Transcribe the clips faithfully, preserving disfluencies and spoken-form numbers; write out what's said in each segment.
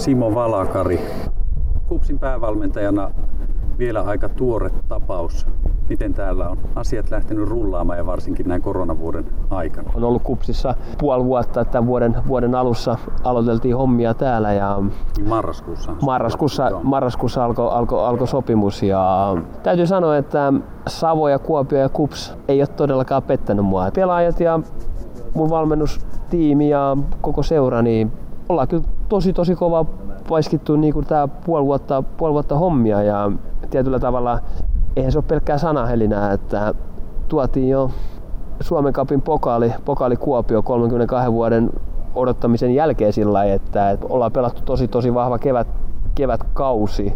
Simo Valakari, KuPSin päävalmentajana vielä aika tuore tapaus. Miten täällä on asiat lähtenyt rullaamaan ja varsinkin näin koronavuoden aikana? On ollut KuPSissa puoli vuotta, että vuoden, vuoden alussa aloiteltiin hommia täällä ja marraskuussa, marraskuussa, marraskuussa alkoi alko, alko sopimus ja täytyy sanoa, että Savo ja Kuopio ja KuPS ei ole todellakaan pettänyt mua. Pelaajat ja mun valmennustiimi ja koko seura, niin ollaan kyllä tosi tosi kova paiskittu niin kuin tää puoli vuotta, puoli vuotta hommia ja tietyllä tavalla eihän se ole pelkkää sanahelinää, että tuotiin jo Suomen Cupin pokaali, pokaali Kuopio kolmenkymmenenkahden vuoden odottamisen jälkeen sillä lailla, että, että ollaan pelattu tosi tosi vahva kevät, kevätkausi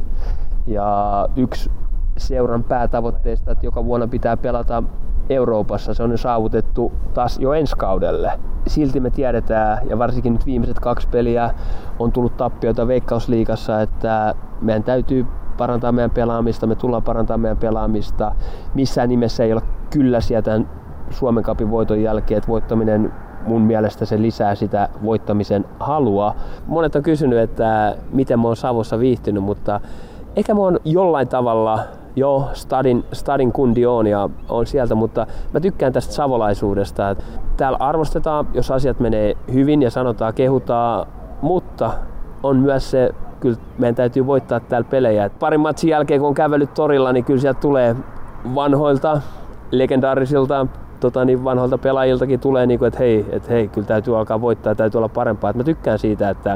ja yksi seuran päätavoitteista, että joka vuonna pitää pelata Euroopassa, se on jo saavutettu taas jo ensi kaudelle. Silti me tiedetään, ja varsinkin nyt viimeiset kaksi peliä on tullut tappioita Veikkausliigassa, että meidän täytyy parantaa meidän pelaamista, me tullaan parantaa meidän pelaamista. Missään nimessä ei ole kyllä sieltä Suomen Cupin voiton jälkeen, että voittaminen mun mielestä se lisää sitä voittamisen halua. Monet on kysynyt, että miten mä oon Savossa viihtynyt, mutta ehkä mä oon jollain tavalla Joo, stadin, stadin kundi on ja on sieltä, mutta mä tykkään tästä savolaisuudesta. Täällä arvostetaan, jos asiat menee hyvin ja sanotaan, kehutaan, mutta on myös se, kyllä meidän täytyy voittaa täällä pelejä. Parin matsin jälkeen, kun on kävellyt torilla, niin kyllä sieltä tulee vanhoilta, legendaarisilta, tota, niin vanhoilta pelaajiltakin tulee, niin kuin, että hei, että hei, kyllä täytyy alkaa voittaa ja täytyy olla parempaa. Et mä tykkään siitä, että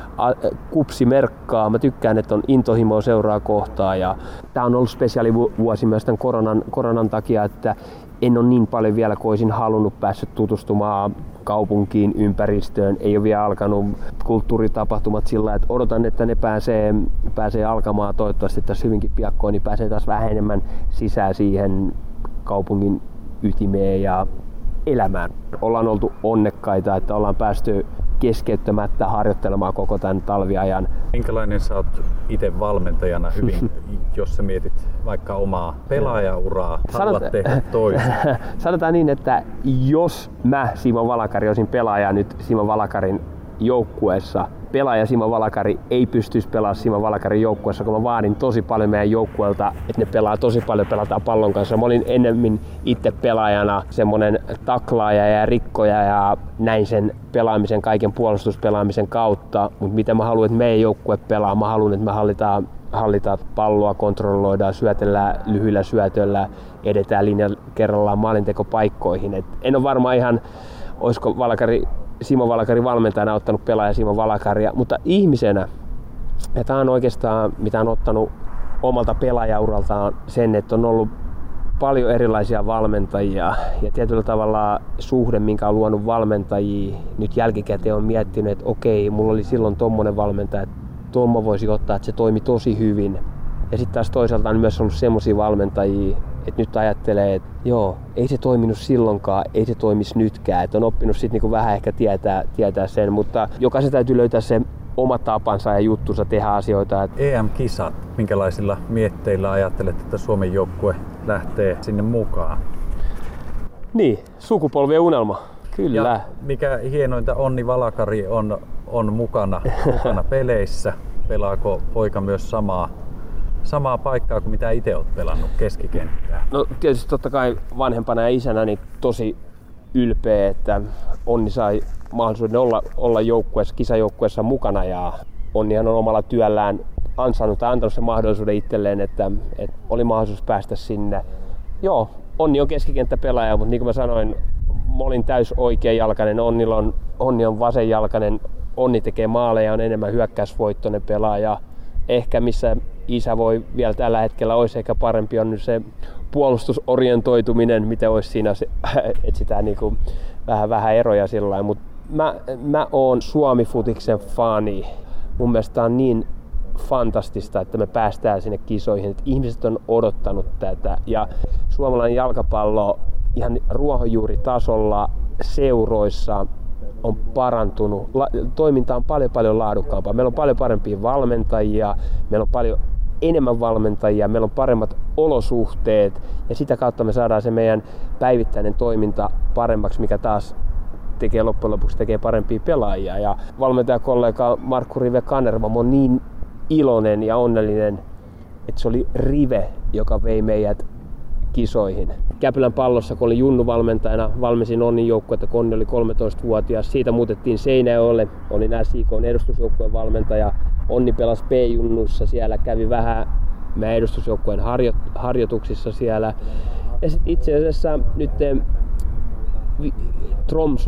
KuPSi merkkaa. Mä tykkään, että on intohimoa seuraa kohtaa ja tää on ollut spesiaalivuosi myös tämän koronan, koronan takia, että en ole niin paljon vielä kuin olisin halunnut päässyt tutustumaan kaupunkiin, ympäristöön. Ei ole vielä alkanut kulttuuritapahtumat sillä, että odotan, että ne pääsee, pääsee alkamaan toivottavasti tässä hyvinkin piakkoin, niin pääsee taas vähän enemmän sisään siihen kaupungin ytimeen ja elämään. Ollaan oltu onnekkaita, että ollaan päästy keskeyttämättä harjoittelemaan koko tämän talviajan. Minkälainen sä oot itse valmentajana hyvin, jos sä mietit vaikka omaa pelaajauraa, haluat tehdä toisin? Sanotaan niin, että jos mä, Simo Valakari, olisin pelaaja nyt Simo Valakarin joukkueessa, pelaaja Simo Valakari ei pystyisi pelaamaan Simo Valakarin joukkueessa, kun mä vaadin tosi paljon meidän joukkueelta, että ne pelaa tosi paljon, pelataan pallon kanssa. Mä olin enemmän itse pelaajana semmonen taklaaja ja rikkoja ja näin sen pelaamisen, kaiken puolustuspelaamisen kautta. Mutta mitä mä haluan, että meidän joukkue pelaa, mä haluan, että me hallitaan, hallitaan palloa, kontrolloidaan, syötellään lyhyillä syötöllä, edetään linjan kerrallaan maalintekopaikkoihin. Et en ole varmaan ihan, olisiko Valakari Simo Valakari valmentajana ottanut pelaaja Simo Valakaria, mutta ihmisenä, ja tämä on oikeastaan mitä on ottanut omalta pelaajauraltaan sen, että on ollut paljon erilaisia valmentajia ja tietyllä tavalla suhde, minkä on luonut valmentajia, nyt jälkikäteen on miettinyt, että okei, mulla oli silloin tommonen valmentaja, että tuon mä voisin ottaa, että se toimi tosi hyvin. Ja sitten taas toisaalta on myös ollut semmoisia valmentajia, että nyt ajattelee, että joo, ei se toiminut silloinkaan, ei se toimisi nytkään. Että on oppinut sitten niinku vähän ehkä tietää, tietää sen, mutta jokaisen täytyy löytää se oma tapansa ja juttunsa tehdä asioita. E M-kisat, minkälaisilla mietteillä ajattelet, että Suomen joukkue lähtee sinne mukaan? Niin, sukupolvien unelma, kyllä. Ja mikä hienointa, Onni Valakari on, on mukana, mukana peleissä. Pelaako poika myös samaa? Samaa paikkaa kuin mitä itse olet pelannut, keskikenttää? No tietysti totta kai vanhempana ja isänä niin tosi ylpeä, että Onni sai mahdollisuuden olla, olla joukkueessa, kisajoukkueessa mukana ja Onnihan on omalla työllään ansainnut tai antanut sen mahdollisuuden itselleen, että, että oli mahdollisuus päästä sinne. Joo, Onni on keskikenttäpelaaja, mutta niin kuin mä sanoin, mä olin täys oikeajalkainen, Onnilla on, Onni on vasenjalkainen, Onni tekee maaleja, on enemmän hyökkäysvoittoinen pelaaja. Ehkä missä isä voi vielä tällä hetkellä olisi ehkä parempi on nyt se puolustusorientoituminen, mitä olisi siinä, etsitään niin kuin vähän, vähän eroja sillä lailla. Mutta mä, mä oon Suomi-futiksen fani. Mun mielestä on niin fantastista, että me päästään sinne kisoihin, että ihmiset on odottanut tätä ja suomalainen jalkapallo ihan ruohonjuuritasolla seuroissa on parantunut. La- toiminta on paljon paljon laadukkaampaa. Meillä on paljon parempia valmentajia, meillä on paljon enemmän valmentajia, meillä on paremmat olosuhteet ja sitä kautta me saadaan se meidän päivittäinen toiminta paremmaksi, mikä taas tekee loppujen lopuksi tekee parempia pelaajia. Ja valmentajakollega Markku Rive Kanervam on niin iloinen ja onnellinen, että se oli Rive, joka vei meidät kisoihin. Käpylän Pallossa, kun olin junnuvalmentajana, valmensin Onnin joukkuetta, kun Onni oli kolmetoistavuotias. Siitä muutettiin Seinäjoelle, olin S I K:n edustusjoukkueen valmentaja. Onni pelasi B-junnussa siellä, kävi vähän meidän edustusjoukkueen harjo- harjoituksissa siellä. Ja sitten itse asiassa nyt Tromsø,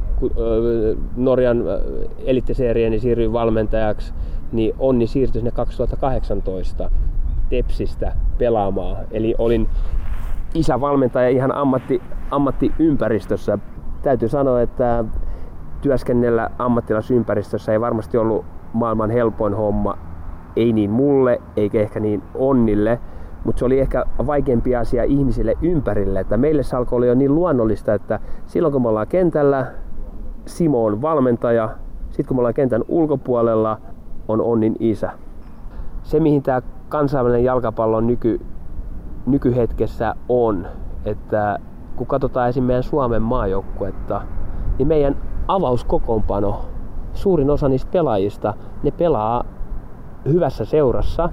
Norjan elittiseriä, niin siirryin valmentajaksi, niin Onni siirtyi sinne kaksituhattakahdeksantoista Tepsistä pelaamaan. Eli olin isävalmentaja ihan ammatti, ammattiympäristössä. Täytyy sanoa, että työskennellä ammattilaisympäristössä ei varmasti ollut maailman helpoin homma. Ei niin mulle, eikä ehkä niin Onnille, mutta se oli ehkä vaikeampi asia ihmisille ympärille. Että meille se alkoi olla jo niin luonnollista, että silloin kun me ollaan kentällä, Simo on valmentaja. Sitten kun me ollaan kentän ulkopuolella, on Onnin isä. Se mihin tämä kansainvälinen jalkapallo nyky, nykyhetkessä on, että kun katsotaan esimerkiksi meidän Suomen maajoukkuetta, niin meidän avauskokoonpano, suurin osa niistä pelaajista, ne pelaa hyvässä seurassa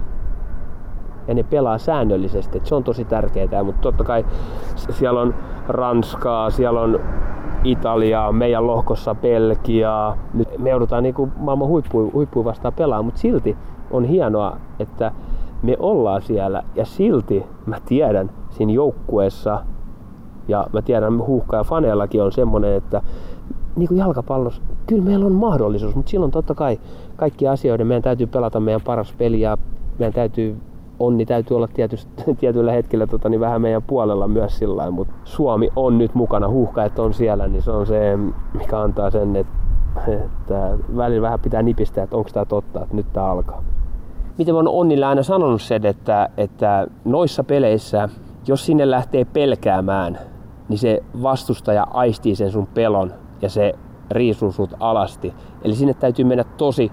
ja ne pelaa säännöllisesti. Et se on tosi tärkeää, mutta totta kai siellä on Ranskaa, siellä on Italiaa, meidän lohkossa Belgiaa. Nyt me joudutaan niinku maailman huippuun huippu vastaan pelaamaan, mutta silti on hienoa, että me ollaan siellä ja silti mä tiedän siinä joukkueessa ja mä tiedän Huuhka ja faneellakin on semmonen, että niin kuin jalkapallossa, kyllä meillä on mahdollisuus, mutta silloin totta kai kaikki asioiden meidän täytyy pelata meidän paras peli ja meidän täytyy, Onni täytyy olla tietysti, tietyllä hetkellä tota, niin vähän meidän puolella myös sillain, mutta Suomi on nyt mukana, Huuhka, että on siellä, niin se on se, mikä antaa sen, että, että välillä vähän pitää nipistää, että onko tämä totta, että nyt tämä alkaa. Miten mä oon Onnille aina sanonut sen, että, että noissa peleissä, jos sinne lähtee pelkäämään, niin se vastustaja aistii sen sun pelon ja se riisuu sut alasti. Eli sinne täytyy mennä tosi,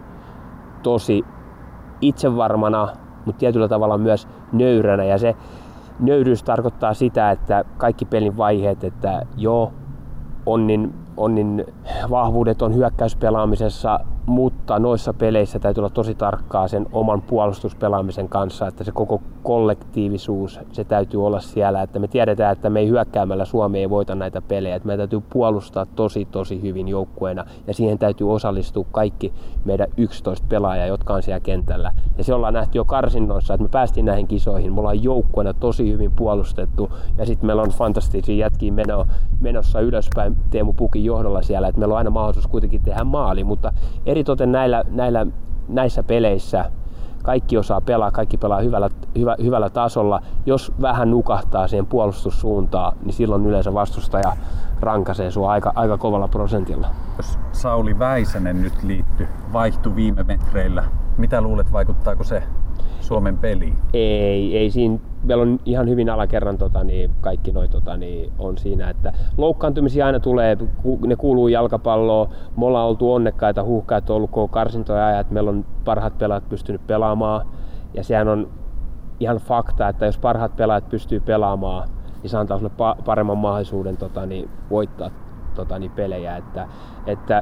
tosi itsevarmana, mutta tietyllä tavalla myös nöyränä. Ja se nöyryys tarkoittaa sitä, että kaikki pelin vaiheet, että joo, Onnin, Onnin vahvuudet on hyökkäyspelaamisessa, mutta noissa peleissä täytyy olla tosi tarkkaa sen oman puolustuspelaamisen kanssa, että se koko kollektiivisuus, se täytyy olla siellä, että me tiedetään, että me ei hyökkäämällä Suomi ei voita näitä pelejä, että meidän täytyy puolustaa tosi tosi hyvin joukkueena ja siihen täytyy osallistua kaikki meidän yksitoista pelaajaa, jotka on siellä kentällä. Ja se ollaan nähty jo karsinnoissa, että me päästiin näihin kisoihin, me ollaan joukkueena tosi hyvin puolustettu ja sitten meillä on fantastisia jätkiä meno, menossa ylöspäin Teemu Pukin johdolla siellä, että meillä on aina mahdollisuus kuitenkin tehdä maali, mutta eritoten näillä, näillä, näissä peleissä kaikki osaa pelaa, kaikki pelaa hyvällä, hyvä, hyvällä tasolla. Jos vähän nukahtaa siihen puolustussuuntaan, niin silloin yleensä vastustaja rankaisee sua aika, aika kovalla prosentilla. Jos Sauli Väisänen nyt liittyi, vaihtui viime metreillä, mitä luulet, vaikuttaako se Suomen peliin? Ei, ei siinä. Meillä on ihan hyvin alakerran tota, niin kaikki noi tota, niin on siinä, että loukkaantumisia aina tulee, ne kuuluu jalkapalloon. Me ollaan oltu onnekkaita, Huuhkajat on ollut koko karsintoja ajan, että meillä on parhaat pelaajat pystynyt pelaamaan. Ja sehän on ihan fakta, että jos parhaat pelaajat pystyy pelaamaan, niin se antaa sulle pa- paremman mahdollisuuden tota, niin voittaa tota, niin pelejä. Että, että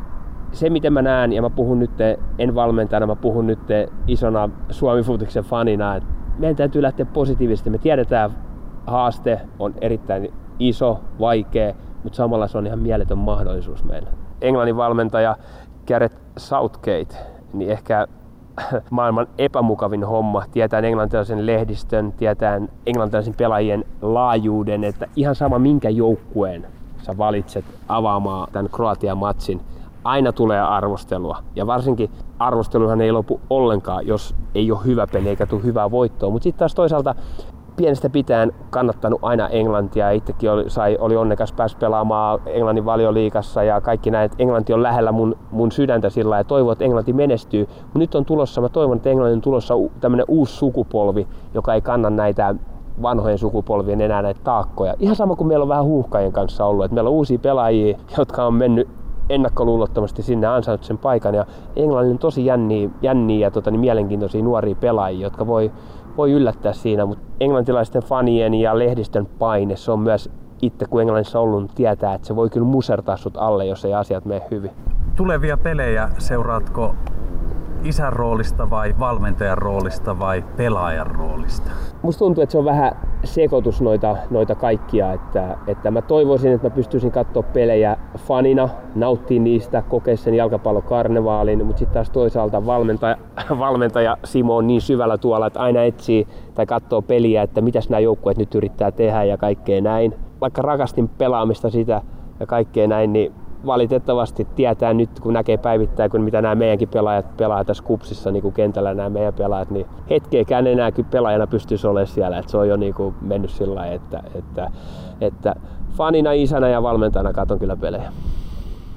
se miten mä näen, ja mä puhun nyt, en valmentajana, mä puhun nyt isona Suomi-futiksen fanina, että meidän täytyy lähteä positiivisesti. Me tiedetään, haaste on erittäin iso, vaikea, mutta samalla se on ihan mieletön mahdollisuus meille. Englannin valmentaja Gareth Southgate, niin ehkä maailman epämukavin homma. Tietään englantilaisen lehdistön, tietään englantilaisen pelaajien laajuuden, että ihan sama minkä joukkueen sä valitset avaamaan tämän Kroatia-matsin, aina tulee arvostelua. Ja varsinkin arvosteluhan ei lopu ollenkaan, jos ei ole hyvä peli eikä tule hyvää voittoa. Mutta sitten taas toisaalta pienestä pitäen kannattanut aina Englantia. Itsekin oli, sai, oli onnekas päästä pelaamaan Englannin Valioliigassa ja kaikki näin. Englanti on lähellä mun, mun sydäntä sillä ja toivon, että Englanti menestyy. Mutta nyt on tulossa, mä toivon, että Englannin on tulossa tämmöinen uusi sukupolvi, joka ei kanna näitä vanhojen sukupolvien enää näitä taakkoja. Ihan sama kuin meillä on vähän Huuhkajien kanssa ollut. Että meillä on uusia pelaajia, jotka on mennyt ennakkoluulottomasti sinne ansainnut sen paikan. Ja Englannilla on tosi jänniä, jänniä ja tota, niin mielenkiintoisia nuoria pelaajia, jotka voi, voi yllättää siinä. Mutta englantilaisten fanien ja lehdistön paine, se on myös itse kun Englannissa ollut, niin tietää, että se voi kyllä musertaa sut alle, jos ei asiat mene hyvin. Tulevia pelejä seuraatko isän roolista vai valmentajan roolista vai pelaajan roolista? Musta tuntuu, että se on vähän sekoitus noita, noita kaikkia, että, että mä toivoisin, että mä pystyisin katsoa pelejä fanina, nauttia niistä, kokea sen jalkapallokarnevaalin, mutta sitten taas toisaalta valmentaja, valmentaja Simo on niin syvällä tuolla, että aina etsii tai katsoo peliä, että mitäs nämä joukkueet nyt yrittää tehdä ja kaikkea näin. Vaikka rakastin pelaamista sitä ja kaikkea näin, niin valitettavasti tietää nyt, kun näkee päivittäin, kun mitä nämä meidänkin pelaajat pelaa tässä kupsissa niin kuin kentällä nämä meidän pelaajat, niin hetkeäkään enää pelaajana pystyisi olemaan siellä. Että se on jo niin kuin mennyt sillä lailla, että, että, että fanina, isänä ja valmentajana katon kyllä pelejä.